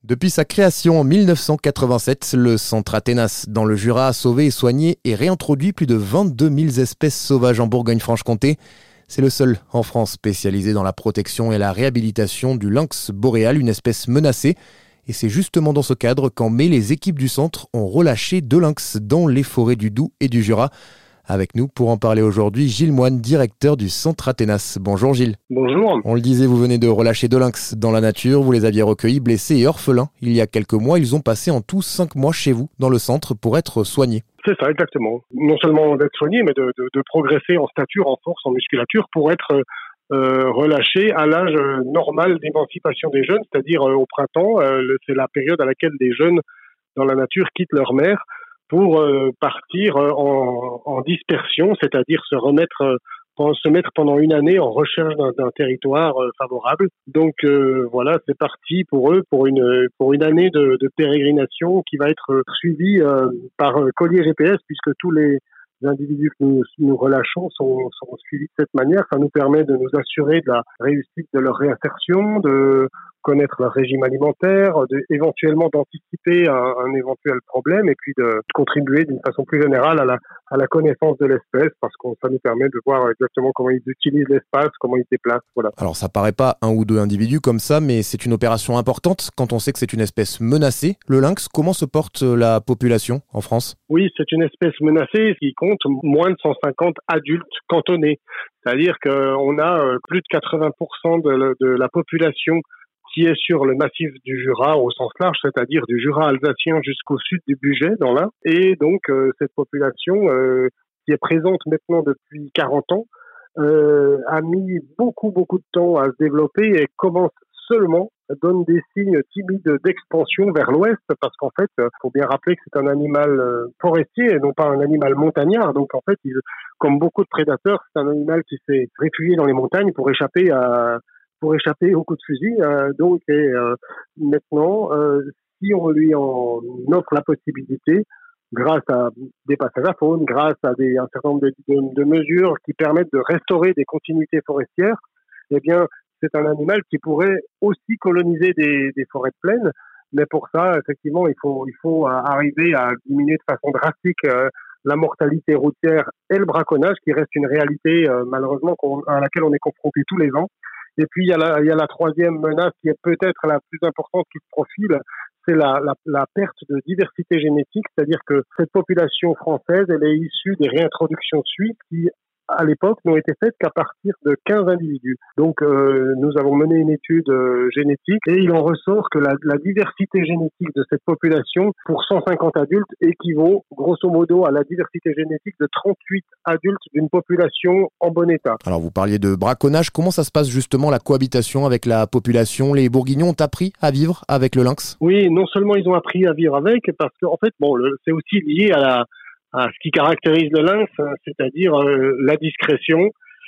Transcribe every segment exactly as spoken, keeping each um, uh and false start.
Depuis sa création en mille neuf cent quatre-vingt-sept, le centre Athénas dans le Jura a sauvé et soigné et réintroduit plus de vingt-deux mille espèces sauvages en Bourgogne-Franche-Comté. C'est le seul en France spécialisé dans la protection et la réhabilitation du lynx boréal, une espèce menacée. Et c'est justement dans ce cadre qu'en mai, les équipes du centre ont relâché deux lynx dans les forêts du Doubs et du Jura. Avec nous pour en parler aujourd'hui, Gilles Moine, directeur du centre Athénas. Bonjour Gilles. Bonjour. On le disait, vous venez de relâcher deux lynx dans la nature. Vous les aviez recueillis, blessés et orphelins. Il y a quelques mois, ils ont passé en tout cinq mois chez vous, dans le centre, pour être soignés. C'est ça, exactement. Non seulement d'être soignés, mais de, de, de progresser en stature, en force, en musculature, pour être euh, relâchés à l'âge normal d'émancipation des jeunes, c'est-à-dire euh, au printemps. Euh, c'est la période à laquelle des jeunes dans la nature quittent leur mère pour euh, partir euh, en, en dispersion, c'est-à-dire se remettre, euh, se mettre pendant une année en recherche d'un, d'un territoire euh, favorable. Donc euh, voilà, c'est parti pour eux pour une pour une année de, de pérégrination qui va être suivie euh, par euh, collier G P S, puisque tous les individus que nous, nous relâchons sont, sont suivis de cette manière. Ça nous permet de nous assurer de la réussite de leur réinsertion, de connaître leur régime alimentaire, de, éventuellement d'anticiper un, un éventuel problème et puis de contribuer d'une façon plus générale à la, à la connaissance de l'espèce, parce que ça nous permet de voir exactement comment ils utilisent l'espace, comment ils se déplacent. Voilà. Alors ça paraît pas un ou deux individus comme ça, mais c'est une opération importante quand on sait que c'est une espèce menacée. Le lynx, comment se porte la population en France ? Oui, c'est une espèce menacée qui compte moins de cent cinquante adultes cantonnés. C'est-à-dire qu'on a plus de quatre-vingts pour cent de la, de la population qui est sur le massif du Jura au sens large, c'est-à-dire du Jura alsacien jusqu'au sud du Bugey, dans l'Ain. Et donc, euh, cette population, euh, qui est présente maintenant depuis quarante ans, euh, a mis beaucoup, beaucoup de temps à se développer et commence seulement, donne des signes timides d'expansion vers l'ouest, parce qu'en fait, il faut bien rappeler que c'est un animal forestier et non pas un animal montagnard. Donc, en fait, il, comme beaucoup de prédateurs, c'est un animal qui s'est réfugié dans les montagnes pour échapper à pour échapper aux coups de fusil. Euh, donc, et, euh, maintenant, euh, si on lui en offre la possibilité, grâce à des passages à faune, grâce à des, un certain nombre de, de, de mesures qui permettent de restaurer des continuités forestières, eh bien, c'est un animal qui pourrait aussi coloniser des, des forêts de plaine. Mais pour ça, effectivement, il faut, il faut arriver à diminuer de façon drastique euh, la mortalité routière et le braconnage, qui reste une réalité, euh, malheureusement, à laquelle on est confronté tous les ans. Et puis, il y a la, il y a la troisième menace qui est peut-être la plus importante qui se profile, c'est la, la, la perte de diversité génétique, c'est-à-dire que cette population française, elle est issue des réintroductions suisses qui, à l'époque, n'ont été faites qu'à partir de quinze individus. Donc, euh, nous avons mené une étude euh, génétique et il en ressort que la, la diversité génétique de cette population pour cent cinquante adultes équivaut, grosso modo, à la diversité génétique de trente-huit adultes d'une population en bon état. Alors, vous parliez de braconnage. Comment ça se passe justement, la cohabitation avec la population ? Les Bourguignons ont appris à vivre avec le lynx ? Oui, non seulement ils ont appris à vivre avec, parce qu'en fait, bon, le, c'est aussi lié à la à ce qui caractérise le lynx, c'est-à-dire euh, la discrétion.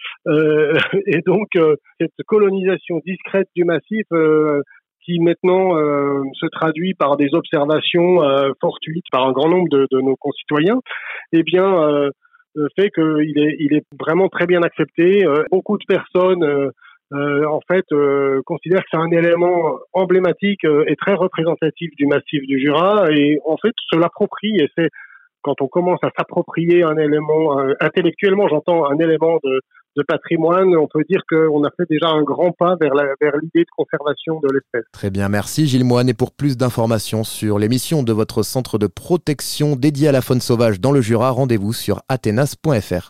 Euh, et donc, euh, cette colonisation discrète du massif euh, qui maintenant euh, se traduit par des observations euh, fortuites par un grand nombre de, de nos concitoyens, eh bien, euh, fait qu'il est, il est vraiment très bien accepté. Euh, beaucoup de personnes, euh, euh, en fait, euh, considèrent que c'est un élément emblématique euh, et très représentatif du massif du Jura, et en fait, se l'approprie, et c'est quand on commence à s'approprier un élément, euh, intellectuellement, j'entends un élément de, de patrimoine, on peut dire qu'on a fait déjà un grand pas vers, la, vers l'idée de conservation de l'espèce. Très bien, merci Gilles Moine. Et pour plus d'informations sur l'émission de votre centre de protection dédié à la faune sauvage dans le Jura, rendez-vous sur athénas point f r.